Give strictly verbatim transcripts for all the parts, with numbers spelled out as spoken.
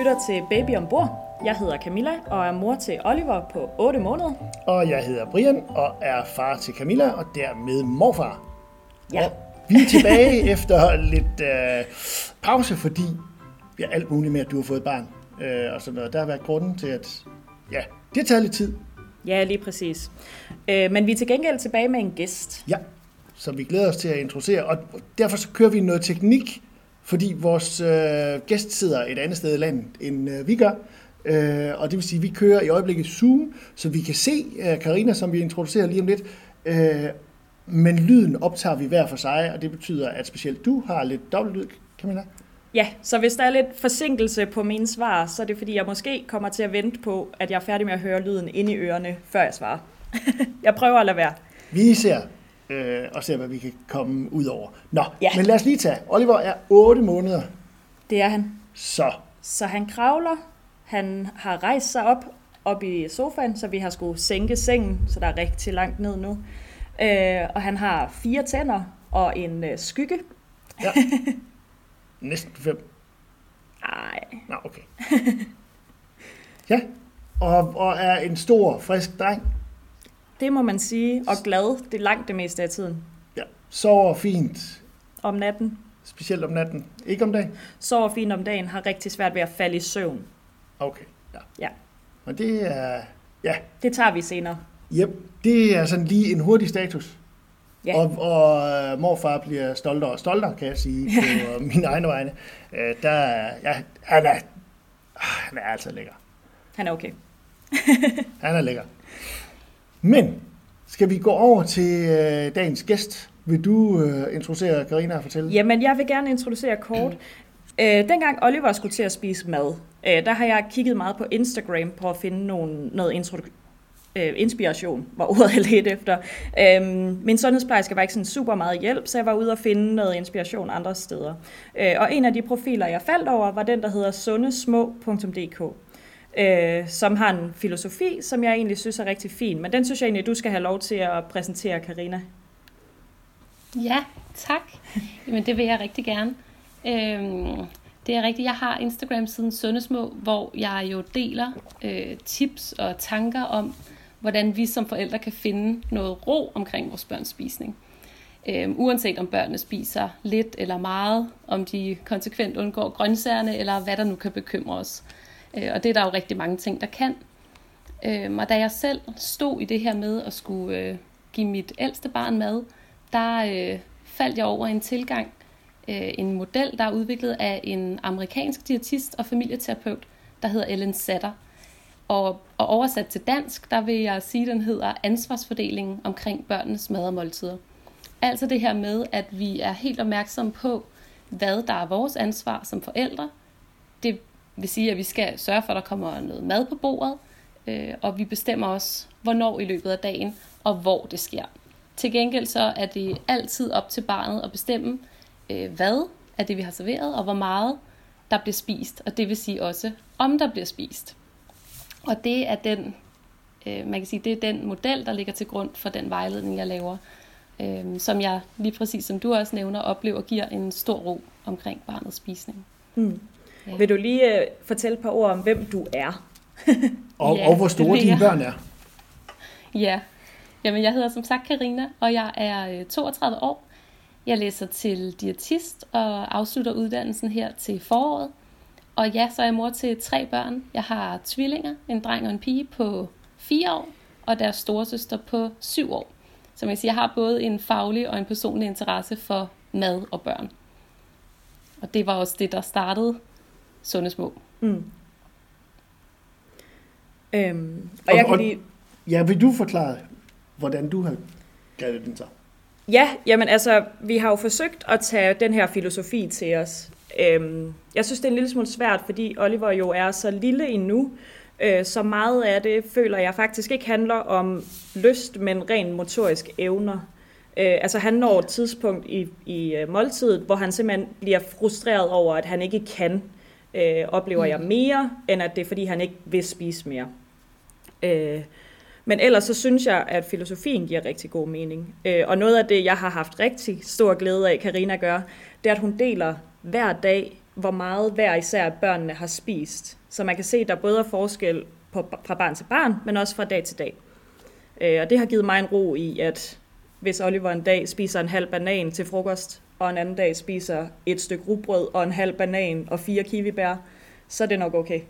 lytter til Baby ombord. Jeg hedder Camilla og er mor til Oliver på otte måneder. Og jeg hedder Brian og er far til Camilla og dermed morfar. Ja. Og vi er tilbage efter lidt øh, pause, fordi ja, alt muligt med, at du har fået barn. Øh, og sådan noget. Der har været grunden til, at ja, det har taget lidt tid. Ja, lige præcis. Øh, men vi er til gengæld tilbage med en gæst. Ja, som vi glæder os til at introducere. Og derfor så kører vi noget teknik, fordi vores øh, gæst sidder et andet sted i landet, end øh, vi gør. Øh, og det vil sige, at vi kører i øjeblikket Zoom, så vi kan se øh, Karina, som vi introducerer lige om lidt. Øh, men lyden optager vi hver for sig, og det betyder, at specielt du har lidt dobbeltlyd, Camilla. Ja, så hvis der er lidt forsinkelse på mine svar, så er det fordi, jeg måske kommer til at vente på, at jeg er færdig med at høre lyden inde i ørerne, før jeg svarer. Jeg prøver at lade være. Vi ser øh, og ser, hvad vi kan komme ud over. Nå, Ja. men lad os lige tage. Oliver er otte måneder. Det er han. Så, Så han kravler. Han har rejst sig op, op i sofaen, så vi har skulle sænke sengen, så der er rigtig langt ned nu. Øh, og han har fire tænder og en øh, skygge. ja. Næsten fem. Ej. Nå, okay. Ja, og, og er en stor, frisk dreng. Det må man sige, og glad, det er langt det meste af tiden. Ja, sover fint, Om natten. specielt om natten. Ikke om dagen? Sover fint om dagen, har rigtig svært ved at falde i søvn. Okay, ja. Ja, Og det er, ja, det tager vi senere. yep, det er sådan lige en hurtig status. Ja. Og, og øh, morfar bliver stoltere og stoltere, kan jeg sige, på øh, mine egne vegne. Øh, der, er- ja, han er, ah, han er altså lækker. Han er okay. Han er lækker. Men skal vi gå over til øh, dagens gæst? Vil du øh, introducere Karina og fortælle? Jamen, jeg vil gerne introducere kort. Øh, dengang Oliver skulle til at spise mad, øh, der har jeg kigget meget på Instagram på at finde nogle, noget introdu- øh, inspiration, var ordet jeg ledte efter. Øh, min sundhedsplejerske var ikke sådan super meget hjælp, så jeg var ude og finde noget inspiration andre steder. Øh, og en af de profiler, jeg faldt over, var den, der hedder sundesmå punktum d k. Øh, som har en filosofi, som jeg egentlig synes er rigtig fin. Men den synes jeg egentlig, du skal have lov til at præsentere, Karina. Ja, tak. Jamen, det vil jeg rigtig gerne. Øhm, det er rigtigt, jeg har Instagram-siden Sundesmå, hvor jeg jo deler øh, tips og tanker om, hvordan vi som forældre kan finde noget ro omkring vores børns spisning. Øhm, uanset om børnene spiser lidt eller meget, om de konsekvent undgår grøntsagerne, eller hvad der nu kan bekymre os. Øh, og det er der jo rigtig mange ting, der kan. Øhm, og da jeg selv stod i det her med at skulle øh, give mit ældste barn mad, der øh, faldt jeg over en tilgang, øh, en model, der er udviklet af en amerikansk diætist og familieterapeut, der hedder Ellen Satter. Og, og oversat til dansk, der vil jeg sige, at den hedder ansvarsfordelingen omkring børnenes mad og måltider. Altså det her med, at vi er helt opmærksomme på, hvad der er vores ansvar som forældre. Det vil sige, at vi skal sørge for, at der kommer noget mad på bordet, øh, og vi bestemmer også, hvornår i løbet af dagen, og hvor det sker. Til gengæld så er det altid op til barnet at bestemme, øh, hvad er det, vi har serveret, og hvor meget der bliver spist, og det vil sige også, om der bliver spist. Og det er den, øh, man kan sige, det er den model, der ligger til grund for den vejledning, jeg laver, øh, som jeg lige præcis som du også nævner, oplever giver en stor ro omkring barnets spisning. Hmm. Ja. Vil du lige uh, fortælle et par ord om, hvem du er? Og, Ja, og hvor det store vil dine jeg. børn er. Ja, jamen jeg hedder som sagt Karina, og jeg er toogtredive år. Jeg læser til diætist og afslutter uddannelsen her til foråret. Og ja, så er jeg mor til tre børn. Jeg har tvillinger, en dreng og en pige på fire år, og deres storesøster på syv år. Så man kan sige, jeg har både en faglig og en personlig interesse for mad og børn. Og det var også det, der startede Sundesmå. Mm. Øhm, og, Og- jeg kan og- lige... Ja, vil du forklare, hvordan du har grebet den så? Ja, jamen altså, vi har jo forsøgt at tage den her filosofi til os. Øhm, jeg synes, det er en lille smule svært, fordi Oliver jo er så lille endnu, øh, så meget af det føler jeg faktisk ikke handler om lyst, men ren motorisk evner. Øh, altså han når et tidspunkt i, i øh, måltidet, hvor han simpelthen bliver frustreret over, at han ikke kan, øh, oplever jeg mere, end at det er, fordi han ikke vil spise mere. Øh, Men ellers så synes jeg, at filosofien giver rigtig god mening. Øh, og noget af det, jeg har haft rigtig stor glæde af, Karina gør, det er, at hun deler hver dag hvor meget hver især børnene har spist. Så man kan se, at der både er forskel på, fra barn til barn, men også fra dag til dag. Øh, og det har givet mig en ro i, at hvis Oliver en dag spiser en halv banan til frokost, og en anden dag spiser et stykke rugbrød og en halv banan og fire kiwibær, så er det nok okay.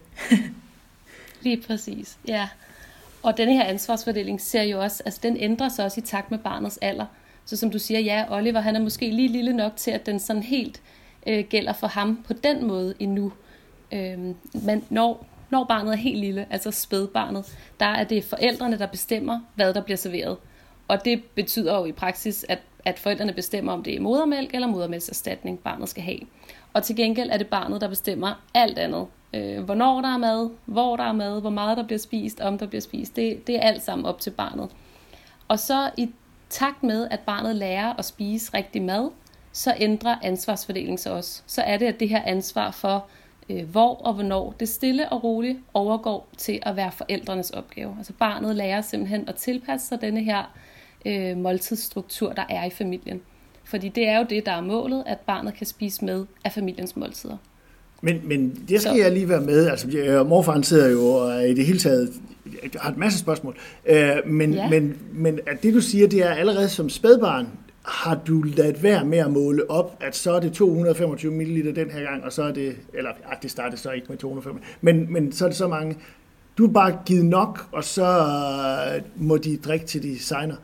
Lige præcis, ja. Og denne her ansvarsfordeling ser jo også, altså den ændrer sig også i takt med barnets alder. Så som du siger, ja, Oliver han er måske lige lille nok til, at den sådan helt øh, gælder for ham på den måde endnu. Øh, men når, når barnet er helt lille, altså spædbarnet, der er det forældrene, der bestemmer, hvad der bliver serveret. Og det betyder jo i praksis, at, at forældrene bestemmer, om det er modermælk eller modermælkserstatning, barnet skal have. Og til gengæld er det barnet, der bestemmer alt andet. Øh, hvornår der er mad, hvor der er mad, hvor meget der bliver spist, om der bliver spist. Det, det er alt sammen op til barnet. Og så i takt med, at barnet lærer at spise rigtig mad, så ændrer ansvarsfordelingen sig også. Så er det, at det her ansvar for, øh, hvor og hvornår det stille og roligt overgår til at være forældrenes opgave. Altså barnet lærer simpelthen at tilpasse sig denne her øh, måltidsstruktur, der er i familien. Fordi det er jo det, der er målet, at barnet kan spise med af familiens måltider. Men, men det skal så. Jeg lige være med. Altså, morfaren sidder jo og i det hele taget har et masse spørgsmål. Øh, men, ja. men, men at det, du siger, det er allerede som spædbarn, har du ladet være med at måle op, at så er det to hundrede og femogtyve milliliter den her gang, og så er det, eller ja, det startede så ikke med to hundrede og femogtyve, men, men så er det så mange. Du har bare givet nok, og så må de drikke til de signer.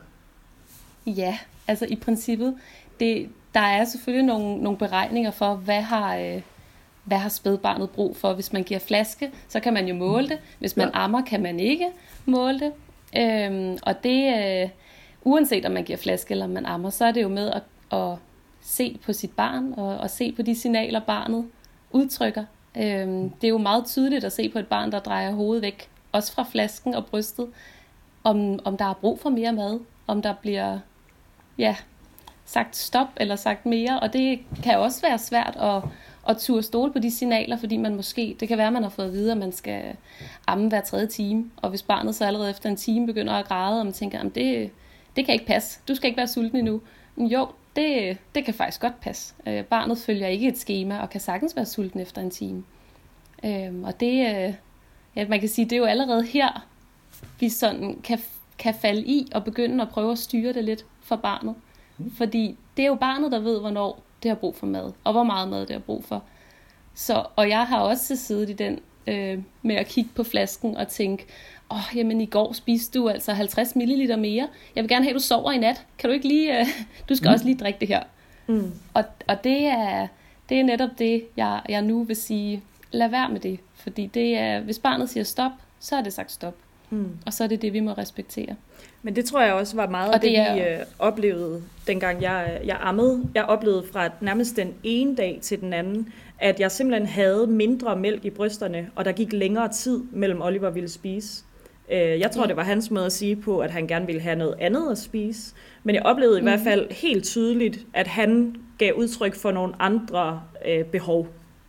Ja, altså i princippet, det, der er selvfølgelig nogle, nogle beregninger for, hvad har... Øh, hvad har spædbarnet brug for? Hvis man giver flaske, så kan man jo måle det. Hvis man ja. ammer, kan man ikke måle det. Øhm, og det, øh, uanset om man giver flaske eller man ammer, så er det jo med at, at se på sit barn, og, og se på de signaler, barnet udtrykker. Øhm, det er jo meget tydeligt at se på et barn, der drejer hovedet væk, også fra flasken og brystet, om, om der er brug for mere mad, om der bliver ja, sagt stop eller sagt mere, og det kan også være svært at og turde stole på de signaler, fordi man måske, det kan være, at man har fået at vide, at man skal amme hver tredje time, og hvis barnet så allerede efter en time begynder at græde, og man tænker, at det, det kan ikke passe, du skal ikke være sulten endnu. Men jo, det, det kan faktisk godt passe. Øh, barnet følger ikke et skema, og kan sagtens være sulten efter en time. Øh, og det, øh, ja, man kan sige, det er jo allerede her, vi sådan kan, kan falde i, og begynde at prøve at styre det lidt for barnet. Fordi det er jo barnet, der ved, hvornår det har brug for mad, og hvor meget mad det har brug for. Så, og jeg har også siddet i den øh, med at kigge på flasken og tænke, åh, oh, jamen i går spiste du altså halvtreds milliliter mere. Jeg vil gerne have, at du sover i nat. Kan du ikke lige, øh, du skal mm. også lige drikke det her. Mm. Og, og det, er, det er netop det, jeg, jeg nu vil sige, lad være med det. Fordi det er, hvis barnet siger stop, så er det sagt stop. Mm. Og så er det det, vi må respektere. Men det tror jeg også var meget af det, det er... vi øh, oplevede, dengang jeg, jeg ammede. Jeg oplevede fra nærmest den ene dag til den anden, at jeg simpelthen havde mindre mælk i brysterne, og der gik længere tid mellem Oliver ville spise. Øh, jeg tror, ja. det var hans måde at sige på, at han gerne ville have noget andet at spise. Men jeg oplevede mm. i hvert fald helt tydeligt, at han gav udtryk for nogle andre øh, behov.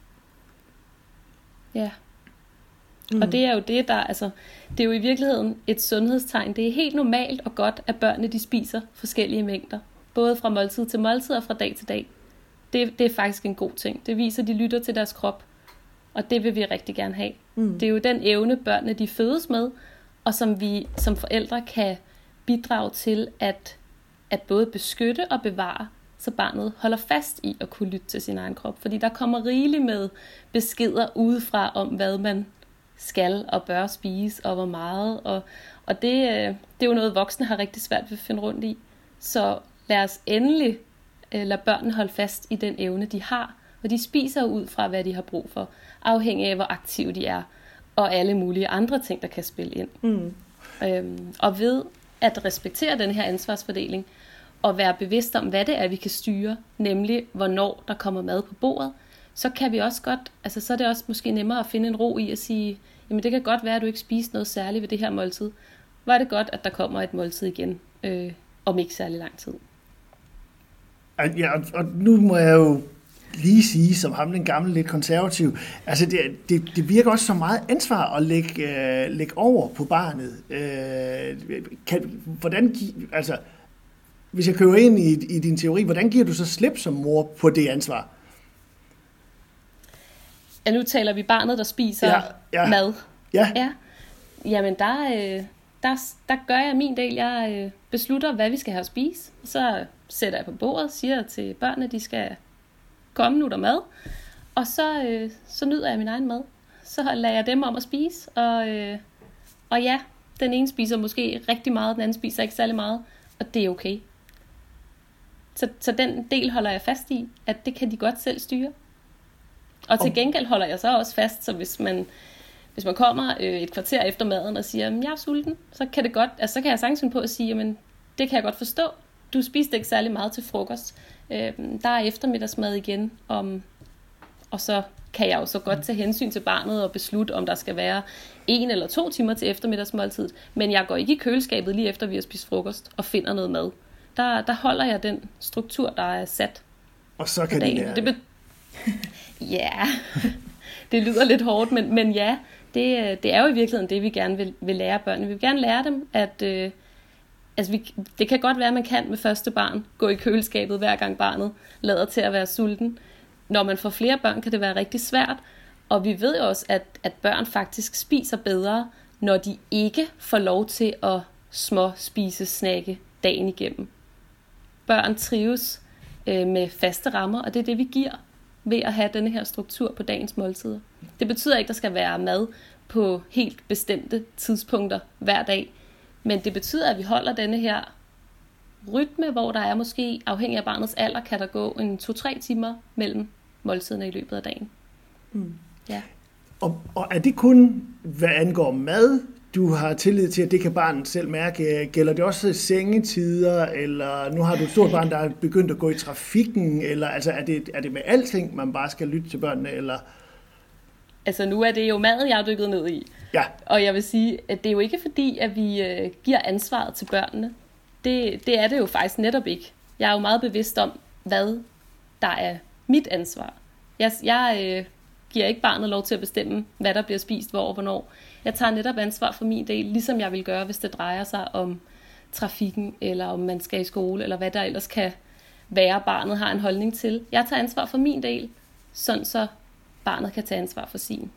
Ja. Mm. Og det er jo det, der, altså, det er jo i virkeligheden et sundhedstegn. Det er helt normalt og godt, at børnene de spiser forskellige mængder. Både fra måltid til måltid og fra dag til dag. Det, det er faktisk en god ting. Det viser, at de lytter til deres krop. Og det vil vi rigtig gerne have. Mm. Det er jo den evne, børnene de fødes med, og som vi som forældre kan bidrage til at, at både beskytte og bevare, så barnet holder fast i at kunne lytte til sin egen krop. Fordi der kommer rigeligt med beskeder udefra om, hvad man skal og bør spise, og hvor meget. Og, og det, det er jo noget, voksne har rigtig svært ved at finde rundt i. Så lad os endelig lade børnene holde fast i den evne, de har. Og de spiser ud fra, hvad de har brug for, afhængig af, hvor aktive de er, og alle mulige andre ting, der kan spille ind. Mm. Øhm, og ved at respektere den her ansvarsfordeling, og være bevidst om, hvad det er, vi kan styre, nemlig hvornår der kommer mad på bordet, så kan vi også godt, altså så er det også måske nemmere at finde en ro i at sige, jamen det kan godt være, at du ikke spiser noget særligt ved det her måltid. Hvor er det godt, at der kommer et måltid igen, øh, om ikke særlig lang tid. Ja, og nu må jeg jo lige sige, som ham den gamle lidt konservativ, altså det, det, det virker også så meget ansvar at lægge, øh, lægge over på barnet. Øh, kan, hvordan, altså, hvis jeg køber ind i, i din teori, hvordan giver du så slip som mor på det ansvar? ja, nu taler vi barnet, der spiser ja, ja. mad. Ja. ja. Jamen, der, øh, der, der gør jeg min del. Jeg øh, beslutter, hvad vi skal have at spise. Så sætter jeg på bordet, siger til børnene, at de skal komme nu der mad. Og så, øh, så nyder jeg min egen mad. Så lader jeg dem om at spise. Og, øh, og ja, den ene spiser måske rigtig meget, den anden spiser ikke særlig meget. Og det er okay. Så, så den del holder jeg fast i, at det kan de godt selv styre. Og til gengæld holder jeg så også fast, så hvis man, hvis man kommer øh, et kvarter efter maden og siger, jeg er sulten, så kan det godt, altså så kan jeg sagtens finde på at sige, jamen det kan jeg godt forstå. Du spiste ikke særlig meget til frokost. Øh, der er eftermiddagsmad igen, om, og så kan jeg jo så godt tage hensyn til barnet og beslutte, om der skal være en eller to timer til eftermiddagsmåltid. Men jeg går ikke i køleskabet lige efter, vi har spist frokost og finder noget mad. Der, der holder jeg den struktur, der er sat. Og så kan de lære det. Be- ja, det lyder lidt hårdt, men, men ja, det, det er jo i virkeligheden det, vi gerne vil, vil lære børnene. Vi vil gerne lære dem, at øh, altså vi, det kan godt være, at man kan med første barn gå i køleskabet, hver gang barnet lader til at være sulten. Når man får flere børn, kan det være rigtig svært. Og vi ved jo også, at, at børn faktisk spiser bedre, når de ikke får lov til at små spise snakke dagen igennem. Børn trives øh, med faste rammer, og det er det, vi giver ved at have denne her struktur på dagens måltider. Det betyder ikke, at der skal være mad på helt bestemte tidspunkter hver dag, men det betyder, at vi holder denne her rytme, hvor der er måske, afhængig af barnets alder, kan der gå en to-tre timer mellem måltiderne i løbet af dagen. Mm. Ja. Og, og er det kun, hvad angår mad, du har tillid til, at det kan barnet selv mærke? Gælder det også sengetider, eller nu har du et stort barn, der er begyndt at gå i trafikken, eller altså er det, er det med alting, man bare skal lytte til børnene, eller? Altså nu er det jo maden, jeg er dykket ned i. Ja. Og jeg vil sige, at det er jo ikke fordi, at vi øh, giver ansvaret til børnene. Det, det er det jo faktisk netop ikke. Jeg er jo meget bevidst om, hvad der er mit ansvar. Jeg, jeg øh, giver ikke barnet lov til at bestemme, hvad der bliver spist, hvor og hvornår. Jeg tager netop ansvar for min del, ligesom jeg vil gøre, hvis det drejer sig om trafikken, eller om man skal i skole, eller hvad der ellers kan være, barnet har en holdning til. Jeg tager ansvar for min del, sådan så barnet kan tage ansvar for sin.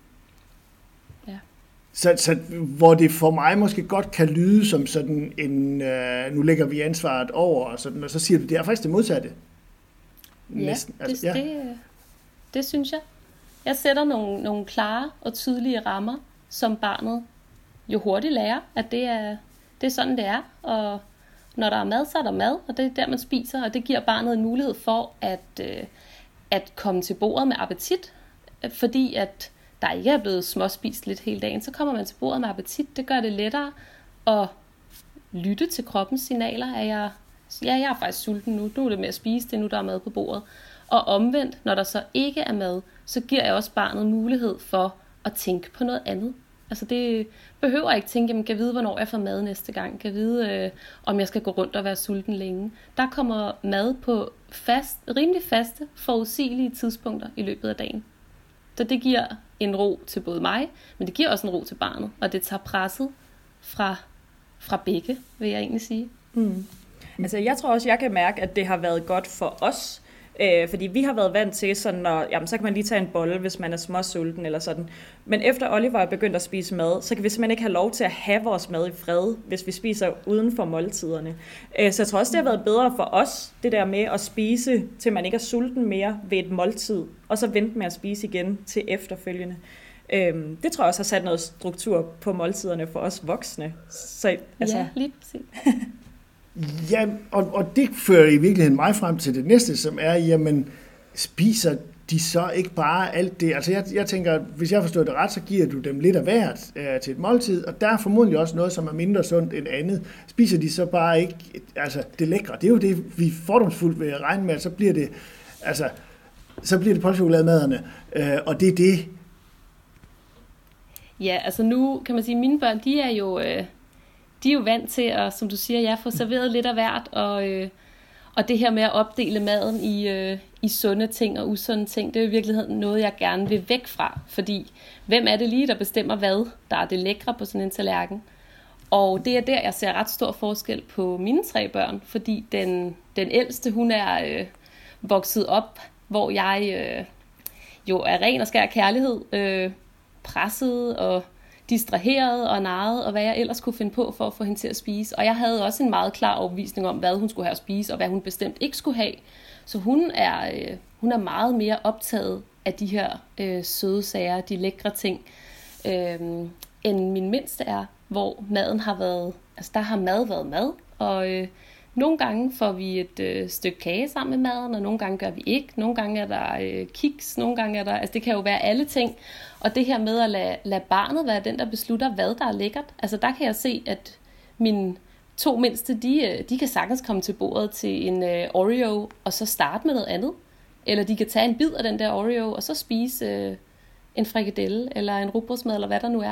Ja. Så, så hvor det for mig måske godt kan lyde som sådan en, øh, nu lægger vi ansvaret over, og, sådan, og så siger du, det er faktisk det modsatte. Næsten. Ja, altså, det, ja. Det, det synes jeg. Jeg sætter nogle, nogle klare og tydelige rammer, som barnet jo hurtigt lærer, at det er, det er sådan, det er. Og når der er mad, så er der mad, og det er der, man spiser, og det giver barnet en mulighed for at, øh, at komme til bordet med appetit, fordi at der ikke er blevet småspist lidt hele dagen, så kommer man til bordet med appetit. Det gør det lettere at lytte til kroppens signaler, at jeg, ja, jeg er faktisk sulten nu, nu er det med at spise, det er nu, der er mad på bordet. Og omvendt, når der så ikke er mad, så giver jeg også barnet mulighed for at tænke på noget andet. Altså det behøver ikke tænke, jamen kan jeg vide, hvornår jeg får mad næste gang, kan jeg vide, øh, om jeg skal gå rundt og være sulten længe. Der kommer mad på fast, rimelig faste, forudsigelige tidspunkter i løbet af dagen. Så det giver en ro til både mig, men det giver også en ro til barnet, og det tager presset fra, fra begge, vil jeg egentlig sige. Mm. Altså jeg tror også, jeg kan mærke, at det har været godt for os, Øh, fordi vi har været vant til sådan, når, jamen, så kan man lige tage en bolle, hvis man er småsulten eller sådan. Men efter Oliver er begyndt at spise mad, så kan vi simpelthen ikke have lov til at have vores mad i fred, hvis vi spiser uden for måltiderne. Øh, så jeg tror også, det har været bedre for os, det der med at spise, til man ikke er sulten mere ved et måltid, og så vente med at spise igen til efterfølgende. Øh, det tror jeg også har sat noget struktur på måltiderne for os voksne. Så, altså... Ja, lige præcis. Ja, og, og det fører i virkeligheden mig frem til det næste, som er, jamen, spiser de så ikke bare alt det? Altså jeg, jeg tænker, hvis jeg forstår det ret, så giver du dem lidt af hvert øh, til et måltid, og der er formodentlig også noget, som er mindre sundt end andet. Spiser de så bare ikke, altså det lækre, det er jo det, vi fordomsfuldt vil regne med, at så bliver det, altså, så bliver det pålchokolademaderne, øh, og det er det. Ja, altså nu kan man sige, at mine børn, de er jo... Øh De er jo vant til at, som du siger, ja, få serveret lidt af hvert, og, øh, og det her med at opdele maden i, øh, i sunde ting og usunde ting, det er jo i virkeligheden noget, jeg gerne vil væk fra. Fordi hvem er det lige, der bestemmer hvad, der er det lækre på sådan en tallerken? Og det er der, jeg ser ret stor forskel på mine tre børn, fordi den, den ældste, hun er øh, vokset op, hvor jeg øh, jo af ren og skær kærlighed øh, presset og distraheret og narret, og hvad jeg ellers kunne finde på for at få hende til at spise. Og jeg havde også en meget klar overbevisning om, hvad hun skulle have at spise, og hvad hun bestemt ikke skulle have. Så hun er, øh, hun er meget mere optaget af de her øh, søde sager, de lækre ting, øh, end min mindste er, hvor maden har været, altså der har mad været mad, og øh, nogle gange får vi et øh, stykke kage sammen med maden, og nogle gange gør vi ikke. Nogle gange er der øh, kiks, nogle gange er der, altså det kan jo være alle ting. Og det her med at lade, lade barnet være den, der beslutter, hvad der er lækkert. Altså der kan jeg se, at mine to mindste, de, de kan sagtens komme til bordet til en øh, Oreo, og så starte med noget andet. Eller de kan tage en bid af den der Oreo, og så spise øh, en frikadelle, eller en rugbrødsmad, eller hvad der nu er.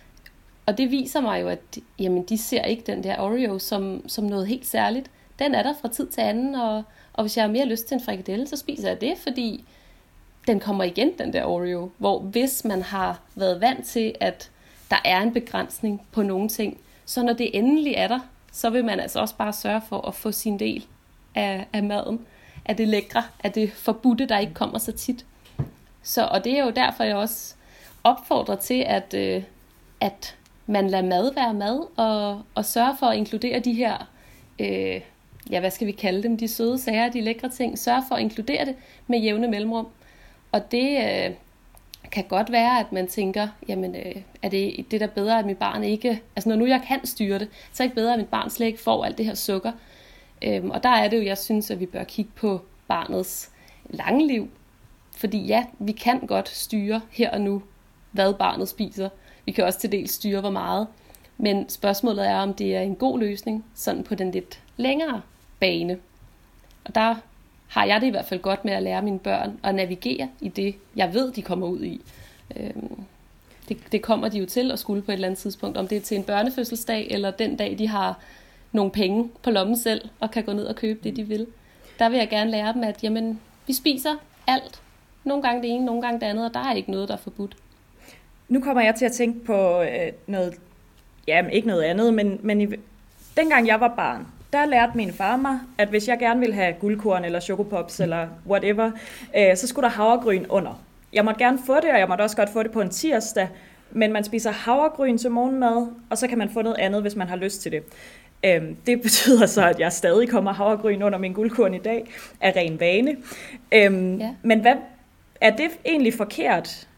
Og det viser mig jo, at jamen, de ser ikke den der Oreo som, som noget helt særligt. Den er der fra tid til anden, og, og hvis jeg har mere lyst til en frikadelle, så spiser jeg det, fordi den kommer igen, den der Oreo. Hvor hvis man har været vant til, at der er en begrænsning på nogle ting, så når det endelig er der, så vil man altså også bare sørge for at få sin del af, af maden, af det lækre, af det forbudte, der ikke kommer så tit. Så, og det er jo derfor, jeg også opfordrer til, at, øh, at man lader mad være mad, og, og sørger for at inkludere de her, øh, ja, hvad skal vi kalde dem, de søde sager, de lækre ting, sørger for at inkludere det med jævne mellemrum. Og det øh, kan godt være, at man tænker, jamen, øh, er det, det er da bedre, at mit barn ikke, altså når nu jeg kan styre det, så er det ikke bedre, at mit barn slet ikke får alt det her sukker. Øhm, og der er det jo, jeg synes, at vi bør kigge på barnets lange liv. Fordi ja, vi kan godt styre her og nu, hvad barnet spiser. Vi kan også til dels styre, hvor meget. Men spørgsmålet er, om det er en god løsning, sådan på den lidt længere bane. Og der har jeg det i hvert fald godt med at lære mine børn at navigere i det, jeg ved, de kommer ud i. Øhm, det, det kommer de jo til at skulle på et eller andet tidspunkt. Om det er til en børnefødselsdag, eller den dag, de har nogle penge på lommen selv, og kan gå ned og købe det, de vil. Der vil jeg gerne lære dem, at jamen, vi spiser alt. Nogle gange det ene, nogle gange det andet, og der er ikke noget, der er forbudt. Nu kommer jeg til at tænke på øh, noget, ja, ikke noget andet, men, men i, dengang jeg var barn, der lærte min far mig, at hvis jeg gerne ville have guldkorn eller chokopops eller whatever, øh, så skulle der havregryn under. Jeg måtte gerne få det, og jeg måtte også godt få det på en tirsdag, men man spiser havregryn til morgenmad, og så kan man få noget andet, hvis man har lyst til det. Øh, det betyder så, at jeg stadig kommer havregryn under min guldkorn i dag, af ren vane. Øh, ja. Men hvad, er det egentlig forkert?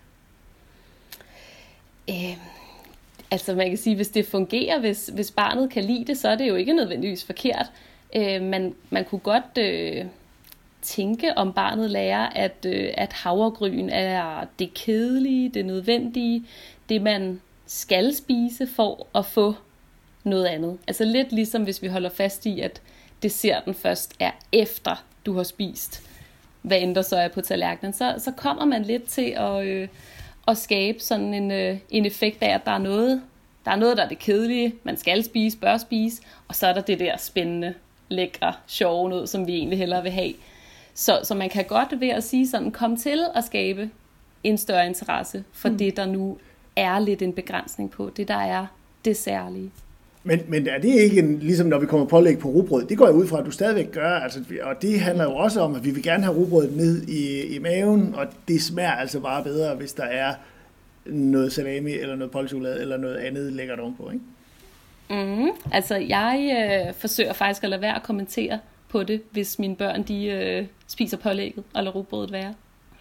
Øh, altså man kan sige, hvis det fungerer, hvis, hvis barnet kan lide det, så er det jo ikke nødvendigvis forkert. Øh, man, man kunne godt øh, tænke, om barnet lærer, at, øh, at havregryn er det kedelige, det nødvendige, det man skal spise for at få noget andet. Altså lidt ligesom hvis vi holder fast i, at desserten først er efter du har spist, hvad end der så er på tallerkenen, så, så kommer man lidt til at, øh, at skabe sådan en, øh, en effekt af, at der er noget, der er noget, der er det kedelige, man skal spise, bør spise, og så er der det der spændende, lækre, sjove noget, som vi egentlig hellere vil have. Så, så man kan godt ved at sige sådan, kom til at skabe en større interesse for mm. det, der nu er lidt en begrænsning på, det der er det særlige. Men, men er det ikke en, ligesom når vi kommer pålæg på rugbrød? Det går jeg ud fra, at du stadigvæk gør, altså, og det handler jo også om, at vi vil gerne have rugbrødet ned i, i maven, og det smager altså bare bedre, hvis der er noget salami, eller noget pålægchokolade, eller noget andet lækkert ovenpå, ikke? Mm, altså, jeg øh, forsøger faktisk at lade være at kommentere på det, hvis mine børn de øh, spiser pålægget, eller rugbrødet være.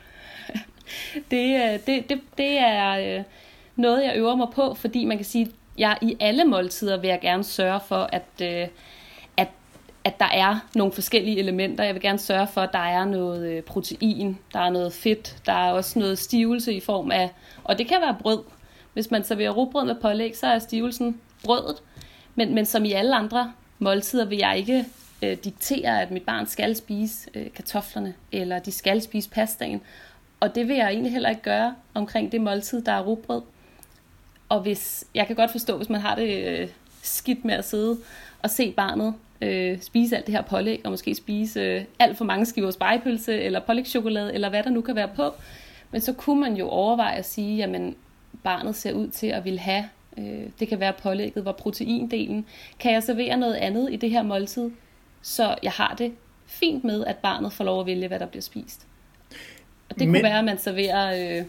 det, øh, det, det, det er øh, noget, jeg øver mig på, fordi man kan sige, jeg i alle måltider vil jeg gerne sørge for, at, øh, at, at der er nogle forskellige elementer. Jeg vil gerne sørge for, at der er noget øh, protein, der er noget fedt, der er også noget stivelse i form af, og det kan være brød. Hvis man serverer rugbrød med pålæg, så er stivelsen brødet. Men, men som i alle andre måltider vil jeg ikke øh, diktere, at mit barn skal spise øh, kartoflerne, eller de skal spise pastaen. Og det vil jeg egentlig heller ikke gøre omkring det måltid, der er rugbrød. Og hvis, jeg kan godt forstå, hvis man har det øh, skidt med at sidde og se barnet øh, spise alt det her pålæg, og måske spise øh, alt for mange skiver spegepølse, eller pålægchokolade, eller hvad der nu kan være på. Men så kunne man jo overveje at sige, jamen barnet ser ud til at ville have, øh, det kan være pålægget, hvor proteindelen, kan jeg servere noget andet i det her måltid, så jeg har det fint med, at barnet får lov at vælge, hvad der bliver spist. Og Det kunne Men... være, at man serverer øh,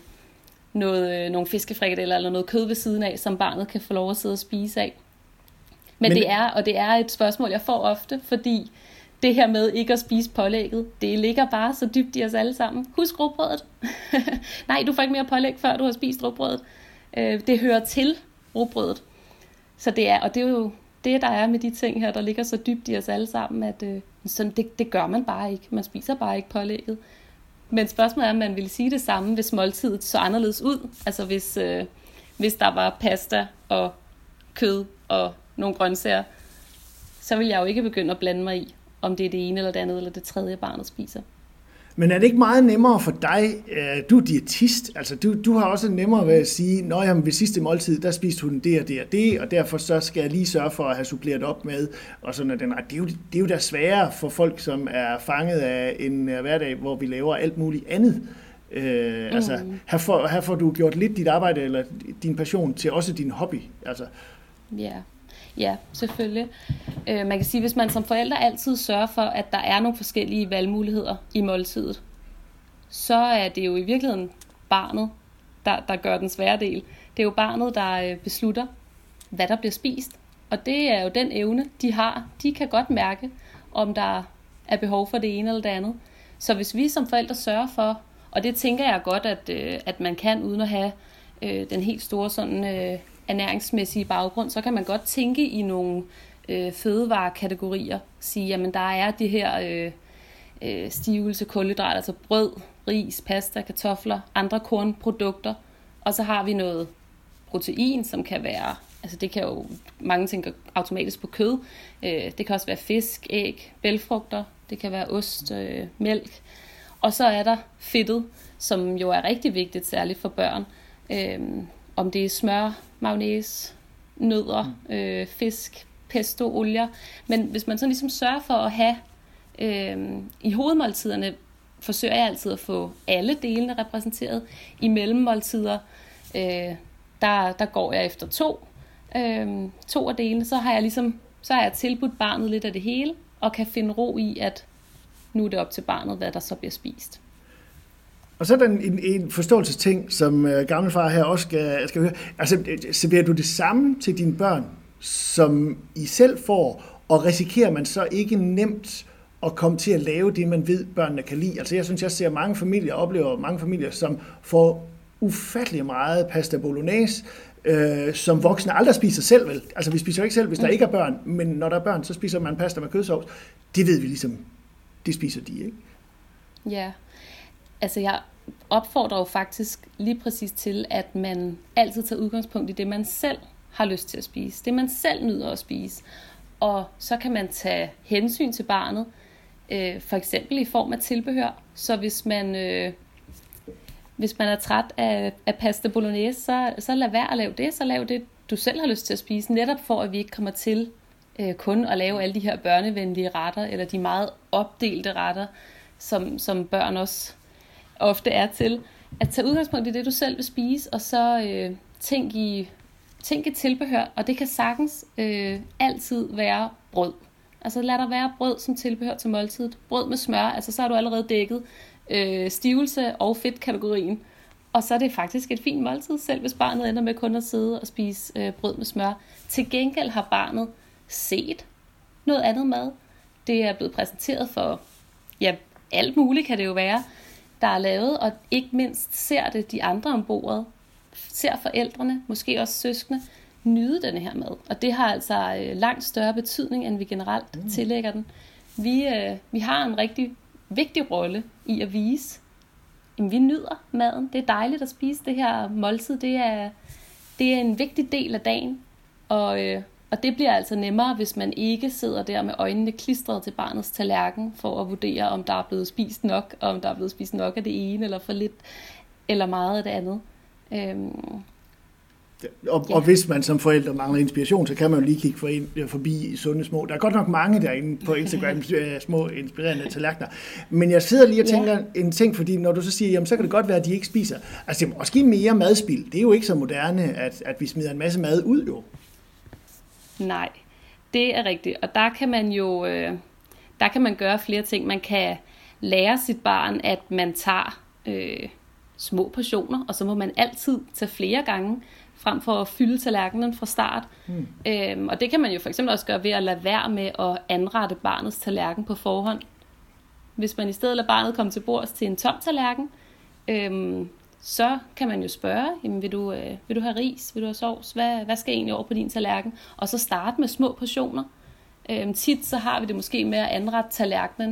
noget, øh, nogle fiskefrikadeller eller noget kød ved siden af, som barnet kan få lov at sidde og spise af. Men, Men det er, og det er et spørgsmål, jeg får ofte, fordi det her med ikke at spise pålægget, det ligger bare så dybt i os alle sammen. Husk rugbrødet. Nej, du får ikke mere pålæg, før du har spist rugbrødet. Øh, det hører til rugbrødet. Så det er, og det er jo det, der er med de ting her, der ligger så dybt i os alle sammen, at øh, sådan, det, det gør man bare ikke. Man spiser bare ikke pålægget. Men spørgsmålet er, om man ville sige det samme, hvis måltidet så anderledes ud. Altså hvis, øh, hvis der var pasta og kød og nogle grøntsager, så vil jeg jo ikke begynde at blande mig i, om det er det ene eller det andet eller det tredje, barnet spiser. Men er det ikke meget nemmere for dig, du er diætist, altså du, du har også nemmere ved at sige, nå jamen ved sidste måltid, der spiste hun det og det og det, og derfor så skal jeg lige sørge for at have suppleret op med, og sådan at den, det, er jo, det er jo da sværere for folk, som er fanget af en hverdag, hvor vi laver alt muligt andet. Øh, mm. Altså her får, her får du gjort lidt dit arbejde, eller din passion, til også din hobby. Altså. Ja. Yeah. Ja, selvfølgelig. Øh, man kan sige, hvis man som forældre altid sørger for, at der er nogle forskellige valgmuligheder i måltidet, så er det jo i virkeligheden barnet, der, der gør den svære del. Det er jo barnet, der beslutter, hvad der bliver spist. Og det er jo den evne, de har. De kan godt mærke, om der er behov for det ene eller det andet. Så hvis vi som forældre sørger for, og det tænker jeg godt, at, at man kan, uden at have øh, den helt store sådan... Øh, ernæringsmæssige baggrund, så kan man godt tænke i nogle øh, fødevarekategorier. Sige, jamen der er de her øh, øh, stivelse, kulhydrater, altså brød, ris, pasta, kartofler, andre kornprodukter. Og så har vi noget protein, som kan være, altså det kan jo, mange tænker automatisk på kød. Øh, det kan også være fisk, æg, bælgfrugter, det kan være ost, øh, mælk. Og så er der fedtet, som jo er rigtig vigtigt, særligt for børn. Øh, om det er smør, mayonnaise, nødder, øh, fisk, pesto, olier. Men hvis man så ligesom sørger for at have, øh, i hovedmåltiderne forsøger jeg altid at få alle delene repræsenteret. I mellemmåltider, øh, der, der går jeg efter to, øh, to af delene. Så har jeg ligesom, så har jeg tilbudt barnet lidt af det hele, og kan finde ro i, at nu er det op til barnet, hvad der så bliver spist. Og så er der en, en forståelsesting, som uh, gammelfar her også skal, skal høre. Altså, serverer du det samme til dine børn, som I selv får, og risikerer man så ikke nemt at komme til at lave det, man ved, børnene kan lide? Altså, jeg synes, jeg ser mange familier, oplever mange familier, som får ufattelig meget pasta bolognese, øh, som voksne aldrig spiser selv, vel? Altså, vi spiser jo ikke selv, hvis der ikke er børn, men når der er børn, så spiser man pasta med kødsovs. Det ved vi ligesom, det spiser de, ikke? Ja. Altså jeg opfordrer jo faktisk lige præcis til, at man altid tager udgangspunkt i det, man selv har lyst til at spise. Det, man selv nyder at spise. Og så kan man tage hensyn til barnet, øh, for eksempel i form af tilbehør. Så hvis man, øh, hvis man er træt af, af pasta bolognese, så, så lad være at lave det. Så lav det, du selv har lyst til at spise, netop for at vi ikke kommer til øh, kun at lave alle de her børnevenlige retter, eller de meget opdelte retter, som, som børn også ofte er til, at tage udgangspunkt i det, du selv vil spise, og så øh, tænk i tænk i tilbehør, og det kan sagtens øh, altid være brød. Altså lad der være brød som tilbehør til måltidet. Brød med smør, altså så har du allerede dækket øh, stivelse og fedtkategorien, og så er det faktisk et fint måltid, selv hvis barnet ender med kun at sidde og spise øh, brød med smør. Til gengæld har barnet set noget andet mad. Det er blevet præsenteret for, ja, alt muligt kan det jo være, der er lavet, og ikke mindst ser det de andre om bordet, ser forældrene, måske også søskende, nyde denne her mad. Og det har altså øh, langt større betydning, end vi generelt mm. tillægger den. Vi, øh, vi har en rigtig vigtig rolle i at vise, at vi nyder maden. Det er dejligt at spise det her måltid. Det er, det er en vigtig del af dagen, og, øh, og det bliver altså nemmere, hvis man ikke sidder der med øjnene klistret til barnets tallerken, for at vurdere, om der er blevet spist nok, og om der er blevet spist nok af det ene, eller for lidt, eller meget af det andet. Øhm, og, ja. og hvis man som forældre mangler inspiration, så kan man jo lige kigge for ind, forbi Sunde Små. Der er godt nok mange derinde på Instagram, små inspirerende tallerkener. Men jeg sidder lige og tænker ja. en ting, fordi når du så siger, jamen så kan det godt være, at de ikke spiser. Altså det er måske mere madspild. Det er jo ikke så moderne, at, at vi smider en masse mad ud jo. Nej, det er rigtigt. Og der kan man jo øh, der kan man gøre flere ting. Man kan lære sit barn, at man tager øh, små portioner, og så må man altid tage flere gange, frem for at fylde tallerkenen fra start. Mm. Øhm, og det kan man jo for eksempel også gøre ved at lade være med at anrette barnets tallerken på forhånd. Hvis man i stedet lader barnet komme til bords til en tom tallerken, øhm, så kan man jo spørge, jamen, vil, du, øh, vil du have ris, vil du have sovs, hvad, hvad skal egentlig over på din tallerken? Og så starte med små portioner. Øhm, tit så har vi det måske med at anrette tallerkenen,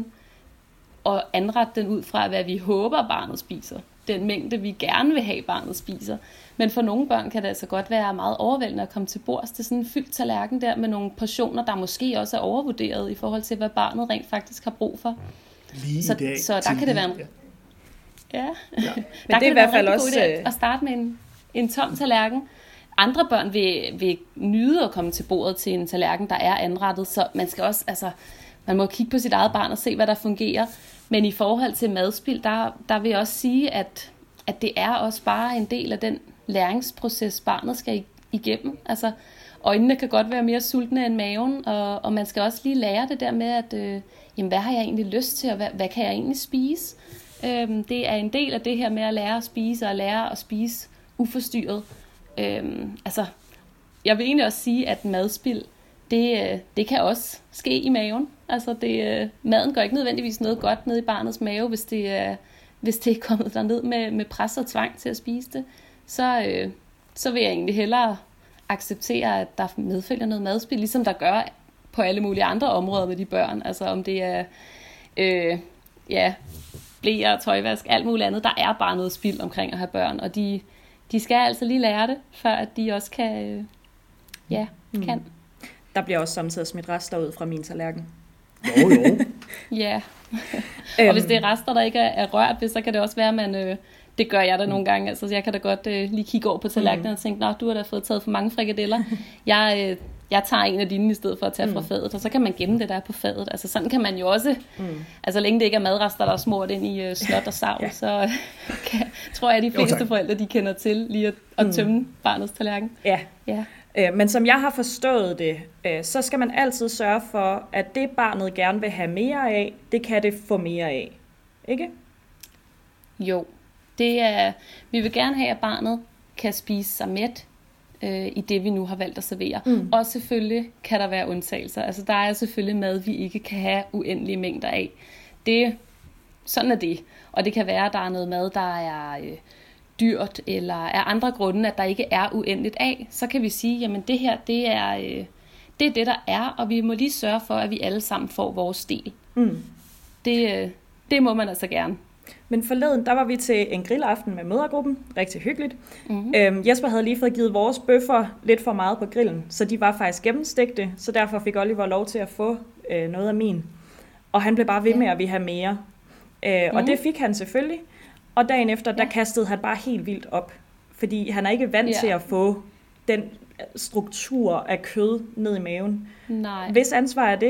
og anrette den ud fra, hvad vi håber barnet spiser. Den mængde, vi gerne vil have, barnet spiser. Men for nogle børn kan det altså godt være meget overvældende at komme til bords til sådan en fyldt tallerken der med nogle portioner, der måske også er overvurderet i forhold til, hvad barnet rent faktisk har brug for. Lige så, dag, så der kan det være en... Ja, ja. ja. Men det er i hvert fald også at starte med en, en tom tallerken. Andre børn vil, vil nyde at komme til bordet til en tallerken, der er anrettet, så man skal også, altså, man må kigge på sit eget barn og se, hvad der fungerer. Men i forhold til madspild, der, der vil jeg også sige, at, at det er også bare en del af den læringsproces, barnet skal igennem. Altså, øjnene kan godt være mere sultne end maven, og, og man skal også lige lære det der med, at øh, jamen, hvad har jeg egentlig lyst til, og hvad, hvad kan jeg egentlig spise? Øhm, det er en del af det her med at lære at spise, og lære at spise uforstyrret. Øhm, altså, jeg vil egentlig også sige, at madspild, det, det kan også ske i maven. Altså, det, maden gør ikke nødvendigvis noget godt ned i barnets mave, hvis det er, hvis det er kommet derned med, med pres og tvang til at spise det. Så, øh, så vil jeg egentlig hellere acceptere, at der medfølger noget madspild, ligesom der gør på alle mulige andre områder med de børn. Altså, om det er øh, ja, bleer, tøjvask, alt muligt andet. Der er bare noget spild omkring at have børn, og de, de skal altså lige lære det, før at de også kan, øh, ja, mm. kan. Der bliver også samtidig smidt rester ud fra min tallerken. Jo, jo. Ja. Og hvis det er rester, der ikke er, er rørt ved, så kan det også være, at man... Øh, det gør jeg da nogle gange. Altså, jeg kan da godt øh, lige kigge over på tallerkenen og tænke, nå, du har da fået taget for mange frikadeller. Jeg, øh, jeg tager en af dine i stedet for at tage fra fadet, og så kan man gemme det der på fadet. Altså, sådan kan man jo også... Mm. Altså, længe det ikke er madrester, der er smurt ind i øh, snot og savl, ja. så øh, kan, tror jeg, at de fleste jo, forældre, de kender til lige at, at tømme mm. barnets tallerken. Ja. Ja. Men som jeg har forstået det, så skal man altid sørge for, at det barnet gerne vil have mere af, det kan det få mere af. Ikke? Jo. Det er, vi vil gerne have, at barnet kan spise sig mæt øh, i det, vi nu har valgt at servere. Mm. Og selvfølgelig kan der være undtagelser. Altså, der er selvfølgelig mad, vi ikke kan have uendelige mængder af. Det, sådan er det. Og det kan være, at der er noget mad, der er... Øh, dyrt, eller af andre grunde, at der ikke er uendeligt af, så kan vi sige, jamen det her, det er, øh, det er det, der er, og vi må lige sørge for, at vi alle sammen får vores del. Mm. Det, øh, det må man altså gerne. Men forleden, der var vi til en grillaften med mødregruppen. Rigtig hyggeligt. Mm-hmm. Øhm, Jesper havde lige fået givet vores bøffer lidt for meget på grillen, så de var faktisk gennemstegte, så derfor fik Oliver lov til at få øh, noget af min. Og han blev bare ved med, at vi have mere. Øh, mm-hmm. Og det fik han selvfølgelig. Og dagen efter, der ja. kastede han bare helt vildt op. Fordi han er ikke vant ja. til at få den struktur af kød ned i maven. Nej. Hvis ansvar er det?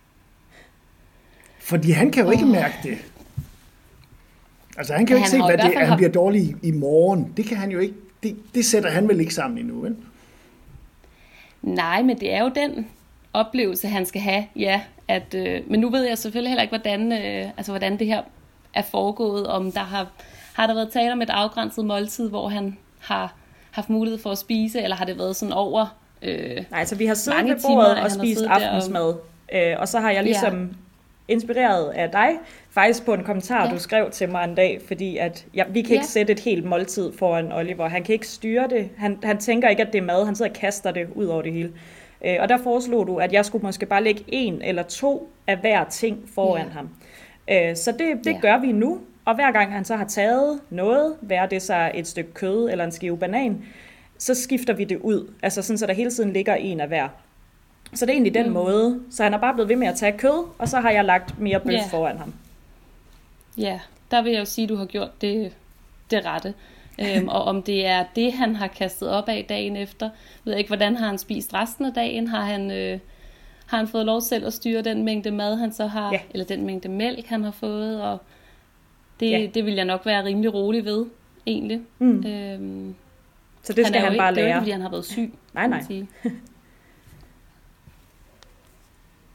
Fordi han kan jo ikke oh. mærke det. Altså han kan jo ikke se, hvad det er, han har... bliver dårlig i, i morgen. Det kan han jo ikke. Det, det sætter han vel ikke sammen endnu, vel? Nej, men det er jo den oplevelse, han skal have. Ja, at, øh, men nu ved jeg selvfølgelig heller ikke, hvordan, øh, altså, hvordan det her er foregået, om der har, har der været tale om et afgrænset måltid, hvor han har haft mulighed for at spise, eller har det været sådan over øh, Nej, altså vi har siddet ved bordet og spist aftensmad, og... Øh, og så har jeg ligesom ja. inspireret af dig, faktisk på en kommentar, ja. du skrev til mig en dag, fordi at ja, vi kan ikke ja. sætte et helt måltid foran Oliver. Han kan ikke styre det. Han, han tænker ikke, at det er mad. Han sidder og kaster det ud over det hele. Øh, og der foreslog du, at jeg skulle måske bare lægge en eller to af hver ting foran ja. ham. Så det, det ja. gør vi nu, og hver gang han så har taget noget, være det så et stykke kød eller en skive banan, så skifter vi det ud, altså sådan, så der hele tiden ligger en af hver. Så det er egentlig den mm. måde, så han er bare blevet ved med at tage kød, og så har jeg lagt mere bøf yeah. foran ham. Ja, der vil jeg jo sige, at du har gjort det, det rette. øhm, og om det er det, han har kastet op af dagen efter, ved jeg ikke, hvordan har han spist resten af dagen, har han... Øh, Har han fået lov selv at styre den mængde mad, han så har, ja. eller den mængde mælk, han har fået, og det, ja. det vil jeg nok være rimelig rolig ved, egentlig. Mm. Øhm, så det skal han, han bare ikke, lære? Det er jo ikke, fordi han har været syg. Nej, nej. Sige.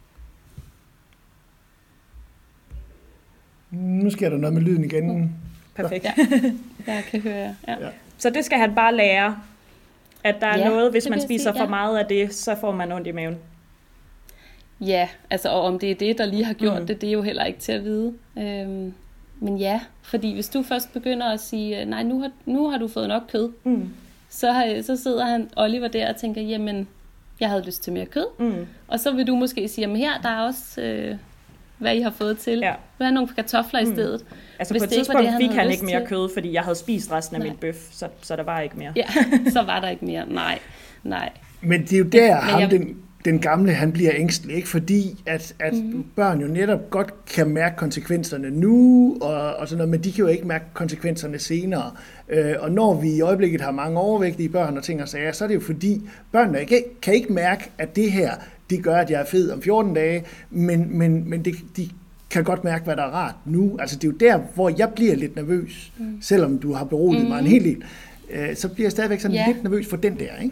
Nu sker der noget med lyden igen. perfekt. Ja, jeg kan høre jer. Ja. Ja. Så det skal han bare lære, at der er Ja, noget, hvis det man vil jeg spiser sige, for ja. meget af det, så får man ondt i maven. Ja, altså og om det er det, der lige har gjort Mm. det, det er jo heller ikke til at vide. Øhm, men ja, fordi hvis du først begynder at sige, nej, nu har, nu har du fået nok kød, Mm. så, har, så sidder han, Oliver der og tænker, jamen, jeg havde lyst til mere kød. Mm. Og så vil du måske sige, jamen her, der er også, øh, hvad I har fået til. Ja. Du vil have nogle kartofler Mm. i stedet. Altså Hvis på et det ikke var tidspunkt det, han fik havde han lyst ikke mere til. kød, fordi jeg havde spist resten af Nej. min bøf, så, så der var ikke mere. Ja, så var der ikke mere. Nej, nej. Men det er jo der, Men ham, jeg- den, den gamle, han bliver ængstelig, ikke? Fordi at, at mm-hmm. børn jo netop godt kan mærke konsekvenserne nu, og, og sådan noget, men de kan jo ikke mærke konsekvenserne senere. Øh, og når vi i øjeblikket har mange overvægtige børn og ting og sager, så er det jo fordi, børnene ikke, kan ikke mærke, at det her, det gør, at jeg er fed om fjorten dage, men, men, men det, de kan godt mærke, hvad der er rart nu. Altså det er jo der, hvor jeg bliver lidt nervøs, mm. selvom du har beroliget mm. mig en hel del. Øh, så bliver jeg stadigvæk sådan Ja. lidt nervøs for den der, ikke?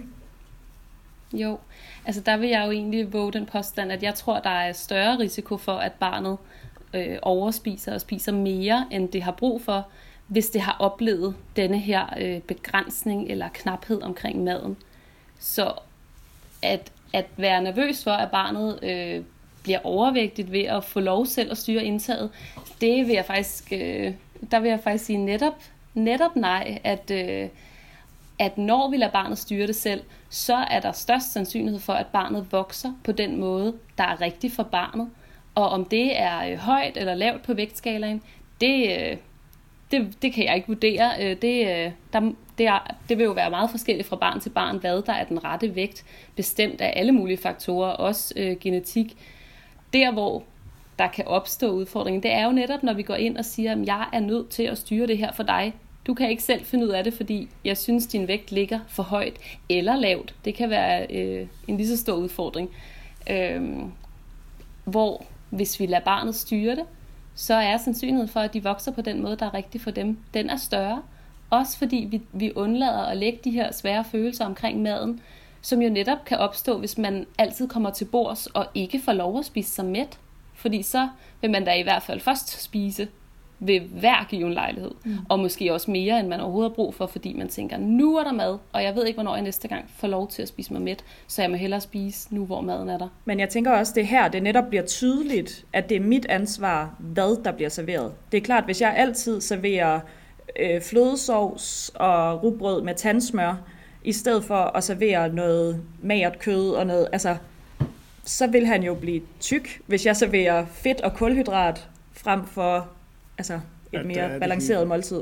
Jo, altså der vil jeg jo egentlig våge den påstand, at jeg tror, der er større risiko for, at barnet øh, overspiser og spiser mere, end det har brug for, hvis det har oplevet denne her øh, begrænsning eller knaphed omkring maden. Så at, at være nervøs for, at barnet øh, bliver overvægtigt ved at få lov selv at styre indtaget, det vil jeg faktisk, øh, der vil jeg faktisk sige netop, netop nej, at, øh, at når vi lader barnet styre det selv, så er der størst sandsynlighed for, at barnet vokser på den måde, der er rigtig for barnet. Og om det er øh, højt eller lavt på vægtskalaen, det, øh, det, det kan jeg ikke vurdere. Øh, det, øh, der, det, er, det vil jo være meget forskelligt fra barn til barn, hvad der er den rette vægt, bestemt af alle mulige faktorer, også øh, genetik. Der, hvor der kan opstå udfordringen, det er jo netop, når vi går ind og siger, at jeg er nødt til at styre det her for dig. Du kan ikke selv finde ud af det, fordi jeg synes, din vægt ligger for højt eller lavt. Det kan være øh, en lige så stor udfordring. Øhm, hvor hvis vi lader barnet styre det, så er sandsynligheden for, at de vokser på den måde, der er rigtig for dem, den er større. Også fordi vi, vi undlader at lægge de her svære følelser omkring maden, som jo netop kan opstå, hvis man altid kommer til bords og ikke får lov at spise sig mæt. Fordi så vil man da i hvert fald først spise ved hver given lejlighed. Mm. Og måske også mere, end man overhovedet har brug for, fordi man tænker, nu er der mad, og jeg ved ikke, hvornår jeg næste gang får lov til at spise mig mæt, så jeg må hellere spise nu, hvor maden er der. Men jeg tænker også, det her, det netop bliver tydeligt, at det er mit ansvar, hvad der bliver serveret. Det er klart, hvis jeg altid serverer øh, flødesovs og rugbrød med tandsmør, i stedet for at servere noget magert kød og noget, altså, så vil han jo blive tyk, hvis jeg serverer fedt og kulhydrat frem for altså, et Ja, der mere er det balanceret helt- måltid.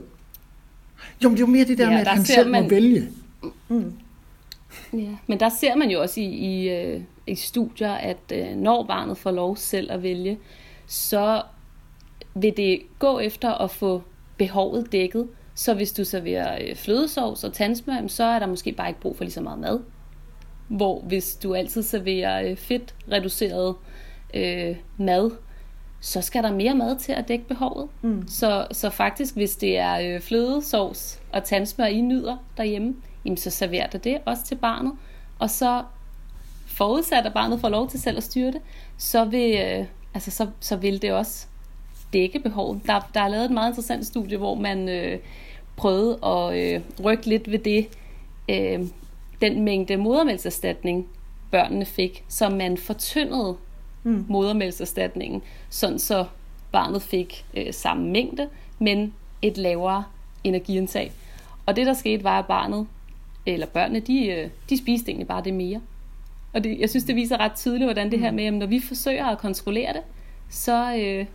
Jo, men det er jo mere det der Ja, med, at der han ser selv man- må vælge. Mm. Ja, men der ser man jo også i, i, øh, i studier, at øh, når barnet får lov selv at vælge, så vil det gå efter at få behovet dækket. Så hvis du serverer øh, flødesovs og tandsmør, jamen, så er der måske bare ikke brug for lige så meget mad. Hvor hvis du altid serverer øh, fedt reduceret øh, mad, så skal der mere mad til at dække behovet. Mm. Så, så faktisk, hvis det er øh, flødesovs og tandsmør, I nyder derhjemme, jamen, så serverer det det også til barnet. Og så forudsat, at barnet får lov til selv at styre det, så vil, øh, altså, så, så vil det også dække behovet. Der, der er lavet et meget interessant studie, hvor man øh, prøvede at øh, rykke lidt ved det, øh, den mængde modermælkserstatning, børnene fik, så man fortyndede Mm. modermælkserstatningen, sådan så barnet fik øh, samme mængde, men et lavere energiindtag. Og det der skete var, at barnet, eller børnene, de, øh, de spiste egentlig bare det mere. Og det, jeg synes, det viser ret tydeligt, hvordan det her med, at når vi forsøger at kontrollere det, så, øh,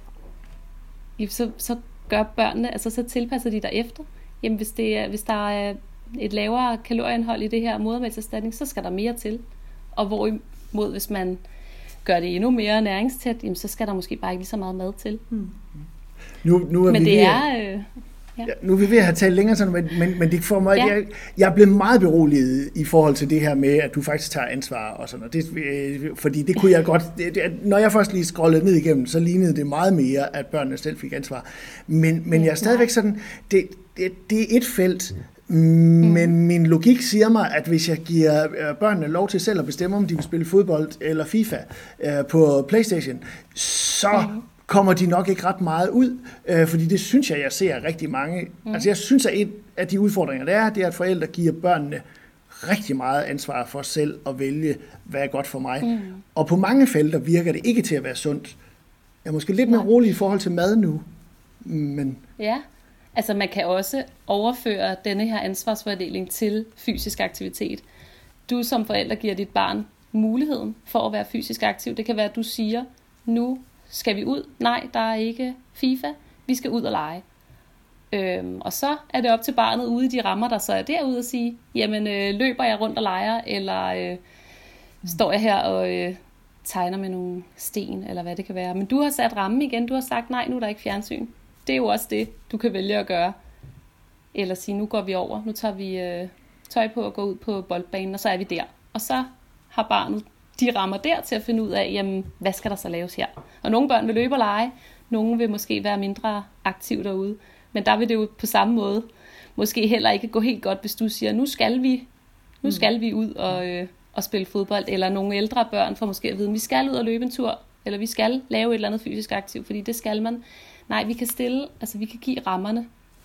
så, så gør børnene, altså så tilpasser de derefter. Jamen hvis, det er, hvis der er et lavere kalorieindhold i det her modermælkserstatning, så skal der mere til. Og hvorimod, hvis man gør det endnu mere næringstæt, jamen, så skal der måske bare ikke lige så meget mad til. Mm. Nu, nu er Men vi det ved at- er... Øh, Ja, nu er vi ved at have talt længere sådan, men, men, men det får mig, Ja. jeg, jeg er blevet meget beroliget i forhold til det her med, at du faktisk tager ansvar og sådan noget. Det, øh, fordi det kunne jeg godt, det, det, når jeg først lige scrollede ned igennem, så lignede det meget mere, at børnene selv fik ansvar. Men, men jeg er stadigvæk sådan, det, det, det er et felt, men min logik siger mig, at hvis jeg giver øh, børnene lov til selv at bestemme, om de vil spille fodbold eller FIFA øh, på PlayStation, så kommer de nok ikke ret meget ud, øh, fordi det synes jeg, jeg ser rigtig mange. Mm. Altså jeg synes, at en af de udfordringer, der er, det er, at forældre giver børnene rigtig meget ansvar for selv at vælge, hvad er godt for mig. Mm. Og på mange felter virker det ikke til at være sundt. Jeg er måske lidt mere rolig i forhold til mad nu. Men... Ja, altså man kan også overføre denne her ansvarsfordeling til fysisk aktivitet. Du som forælder giver dit barn muligheden for at være fysisk aktiv. Det kan være, at du siger, nu skal vi ud. Nej, der er ikke FIFA. Vi skal ud og lege. Øhm, og så er det op til barnet ude i de rammer, der så er derude at sige, jamen øh, løber jeg rundt og leger, eller øh, står jeg her og øh, tegner med nogle sten, eller hvad det kan være. Men du har sat rammen igen. Du har sagt, nej, nu er der ikke fjernsyn. Det er jo også det, du kan vælge at gøre. Eller sige, nu går vi over. Nu tager vi øh, tøj på og går ud på boldbanen, og så er vi der. Og så har barnet de rammer der til at finde ud af, jamen, hvad skal der så laves her? Og nogle børn vil løbe og lege. Nogle vil måske være mindre aktive derude. Men der vil det jo på samme måde måske heller ikke gå helt godt, hvis du siger, nu skal vi, nu skal vi ud og, øh, og spille fodbold. Eller nogle ældre børn får måske at vide, vi skal ud og løbe en tur. Eller vi skal lave et eller andet fysisk aktiv, fordi det skal man. Nej, vi kan stille, altså vi kan give rammerne.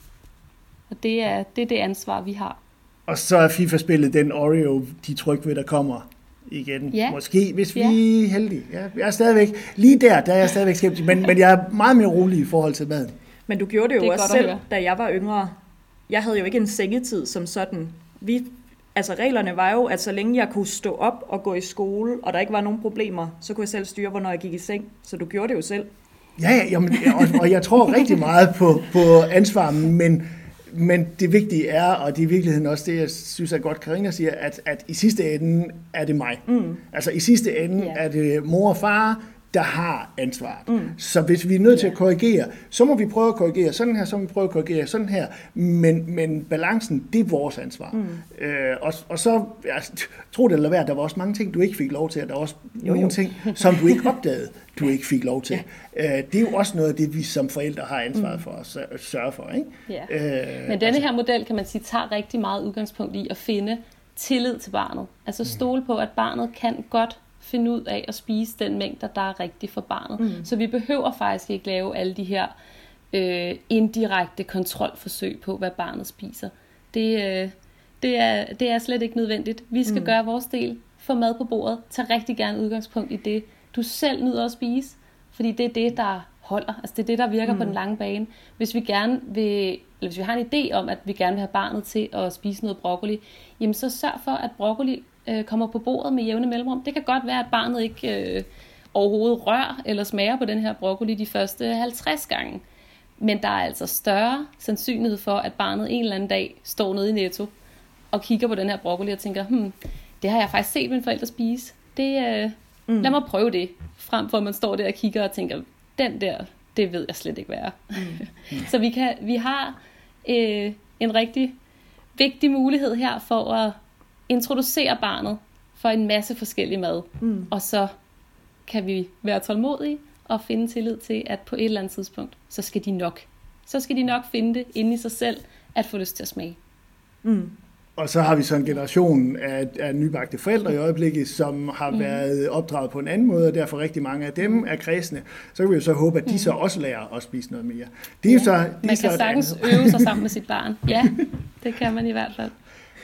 Og det er det, er det ansvar, vi har. Og så er FIFA-spillet den Oreo, de tryk ved, der kommer igen. Ja. Måske, hvis vi ja. er heldige. Ja, jeg er stadigvæk, lige der, der er jeg stadigvæk skeptisk, men, men jeg er meget mere rolig i forhold til maden. Men du gjorde det jo det også selv, da jeg var yngre. Jeg havde jo ikke en sengetid som sådan. Vi, altså reglerne var jo, at så længe jeg kunne stå op og gå i skole, og der ikke var nogen problemer, så kunne jeg selv styre, hvornår jeg gik i seng. Så du gjorde det jo selv. Ja, ja jamen, og, og jeg tror rigtig meget på, på ansvar, men, men det vigtige er, og det er i virkeligheden også det, jeg synes er godt, Karina siger, at, at i sidste ende er det mig. Mm. Altså i sidste ende yeah. er det mor og far, der har ansvaret. Mm. Så hvis vi er nødt yeah. til at korrigere, så må vi prøve at korrigere sådan her, så må vi prøve at korrigere sådan her, men, men balancen, det er vores ansvar. Mm. Øh, og, og så, jeg tror det eller være, der var også mange ting, du ikke fik lov til, og der var også jo, nogle jo. ting, som du ikke opdagede, du ikke fik lov til. Ja. Øh, det er jo også noget af det, vi som forældre har ansvaret for at sørge for. Ikke? Ja. Øh, men denne altså, her model, kan man sige, tager rigtig meget udgangspunkt i at finde tillid til barnet. Altså stole på, at barnet kan godt finde ud af at spise den mængde, der er rigtig for barnet. Mm. Så vi behøver faktisk ikke lave alle de her øh, indirekte kontrolforsøg på, hvad barnet spiser. Det, øh, det, er, det er slet ikke nødvendigt. Vi skal mm. gøre vores del, få mad på bordet, tage rigtig gerne udgangspunkt i det, du selv nyder at spise, fordi det er det, der holder. Altså det er det, der virker mm. på den lange bane. Hvis vi gerne vil, eller hvis vi har en idé om, at vi gerne vil have barnet til at spise noget broccoli, jamen så sørg for, at broccoli øh, kommer på bordet med jævne mellemrum. Det kan godt være, at barnet ikke øh, overhovedet rører eller smager på den her broccoli de første halvtreds gange. Men der er altså større sandsynlighed for, at barnet en eller anden dag står nede i Netto og kigger på den her broccoli og tænker, hmm, det har jeg faktisk set mine forældre spise. Det, øh, mm. Lad mig prøve det, frem for at man står der og kigger og tænker, den der, det ved jeg slet ikke, hvad er. Mm. Mm. Så vi, kan, vi har øh, en rigtig vigtig mulighed her for at introducere barnet for en masse forskellige mad. Mm. Og så kan vi være tålmodige og finde tillid til, at på et eller andet tidspunkt, så skal de nok. Så skal de nok finde det inde i sig selv, at få lyst til at smage. Mm. Og så har vi så en generation af, af nybagte forældre i øjeblikket, som har mm. været opdraget på en anden måde, og derfor rigtig mange af dem er kredsende. Så kan vi jo så håbe, at de mm. så også lærer at spise noget mere. Det er ja. jo så, de man kan sagtens øve sig sammen med sit barn. Ja, det kan man i hvert fald.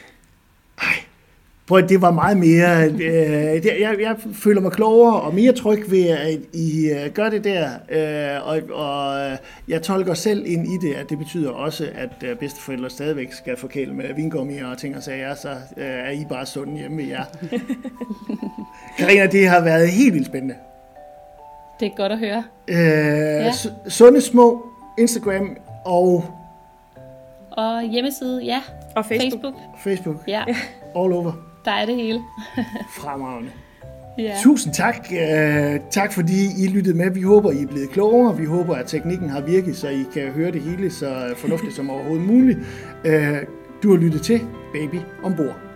Ej. Prøv, det var meget mere, øh, det, jeg, jeg føler mig klogere og mere tryg ved, at I øh, gør det der, øh, og, og jeg tolker selv ind i det, at det betyder også, at øh, bedsteforældre stadigvæk skal forkæle med vingummier og ting og sager, så øh, er I bare sunde hjemme ved jer. Karina, det har været helt vildt spændende. Det er godt at høre. Øh, ja. Sunde små, Instagram og... Og hjemmeside, ja. Og Facebook. Facebook. Facebook. Ja. All over. Der er det hele. Fremragende. Ja. Tusind tak. Uh, tak fordi I lyttede med. Vi håber, I er blevet klogere. Vi håber, at teknikken har virket, så I kan høre det hele så fornuftigt som overhovedet muligt. Uh, du har lyttet til Baby Ombord.